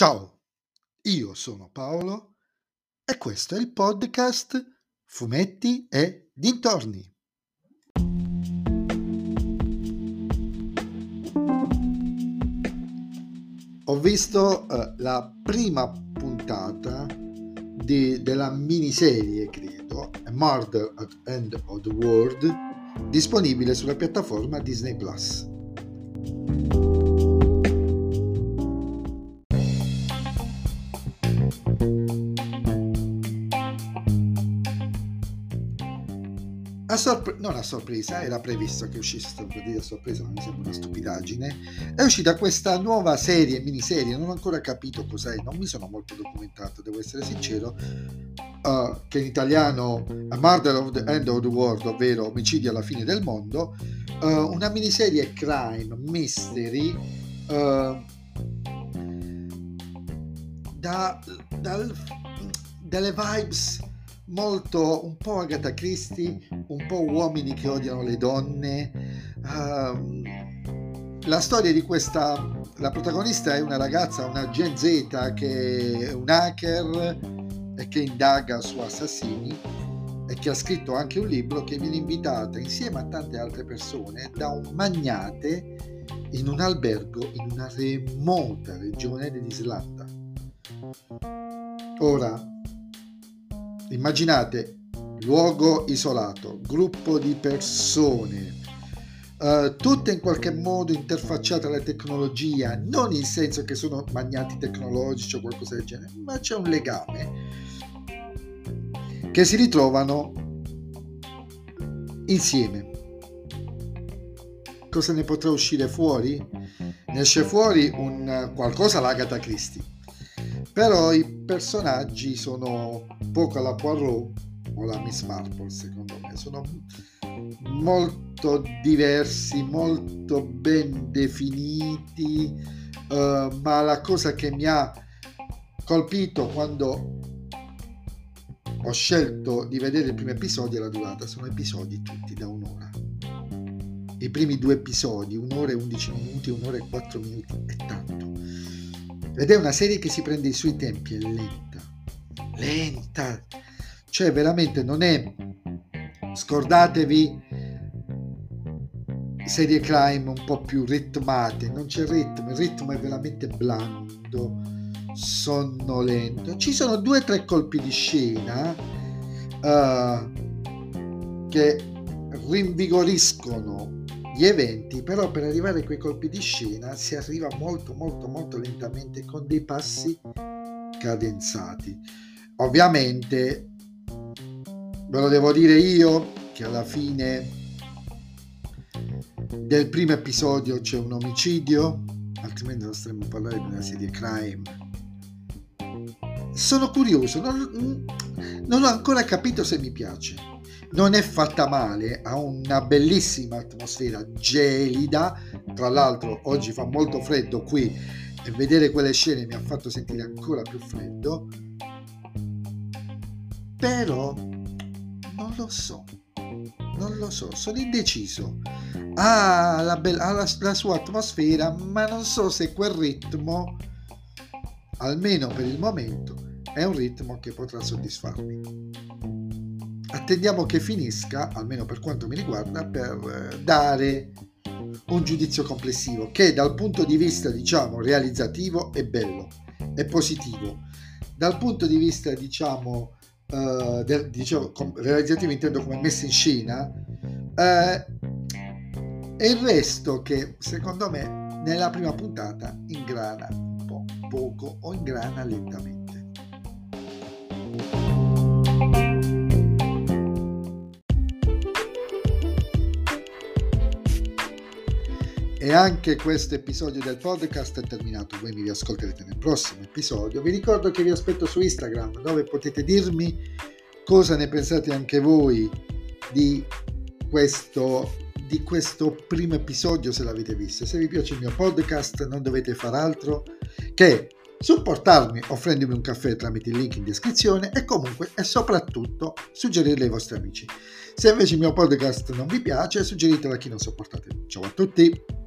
Ciao, io sono Paolo e questo è il podcast Fumetti e Dintorni. Ho visto la prima puntata della miniserie, credo, A Murder at End of the World, disponibile sulla piattaforma Disney Plus. Non a sorpresa, era previsto che uscisse questa partita a sorpresa, ma mi sembra una stupidaggine. È uscita questa nuova miniserie, non ho ancora capito cos'è, non mi sono molto documentato, devo essere sincero, che in italiano A Murder of the End of the World, ovvero Omicidi alla fine del mondo, una miniserie crime, mystery, delle vibes molto un po' Agatha Christie, un po' uomini che odiano le donne. La storia di la protagonista è una ragazza, una Gen Z, che è un hacker e che indaga su assassini e che ha scritto anche un libro, che viene invitata insieme a tante altre persone da un magnate in un albergo in una remota regione dell'Islanda. Ora, immaginate luogo isolato, gruppo di persone, tutte in qualche modo interfacciate alla tecnologia, non in senso che sono magnati tecnologici o qualcosa del genere, ma c'è un legame, che si ritrovano insieme. Cosa ne potrà uscire fuori? Ne esce fuori un qualcosa alla Agatha Christie. Però i personaggi sono poco alla Poirot o la Miss Marple, secondo me, sono molto diversi, molto ben definiti, ma la cosa che mi ha colpito quando ho scelto di vedere il primo episodio è la durata. Sono episodi tutti da un'ora. I primi 2 episodi, 1 ora e 11 minuti, 1 ora e 4 minuti, è tanto. Ed è una serie che si prende i suoi tempi, è lenta, cioè veramente non è, scordatevi serie crime un po' più ritmate, non c'è ritmo, il ritmo è veramente blando, sonnolento. Ci sono 2 o 3 colpi di scena che rinvigoriscono gli eventi, però per arrivare a quei colpi di scena si arriva molto molto molto lentamente, con dei passi cadenzati. Ovviamente ve lo devo dire io che alla fine del primo episodio c'è un omicidio, altrimenti non staremmo a parlare di una serie crime. Sono curioso, non ho ancora capito se mi piace. Non è fatta male, ha una bellissima atmosfera gelida, tra l'altro oggi fa molto freddo qui e vedere quelle scene mi ha fatto sentire ancora più freddo, però non lo so, sono indeciso. Ha la sua atmosfera, ma non so se quel ritmo, almeno per il momento, è un ritmo che potrà soddisfarmi. Attendiamo che finisca, almeno per quanto mi riguarda, per dare un giudizio complessivo che dal punto di vista, diciamo, realizzativo è bello, è positivo. Dal punto di vista, realizzativo intendo come messa in scena, è il resto che secondo me nella prima puntata ingrana un po' poco o ingrana lentamente. E anche questo episodio del podcast è terminato. Voi mi riascolterete nel prossimo episodio. Vi ricordo che vi aspetto su Instagram, dove potete dirmi cosa ne pensate anche voi di questo primo episodio, se l'avete visto. Se vi piace il mio podcast non dovete far altro che supportarmi offrendomi un caffè tramite il link in descrizione e comunque e soprattutto suggerirlo ai vostri amici. Se invece il mio podcast non vi piace, suggeritelo a chi non sopportate. Ciao a tutti!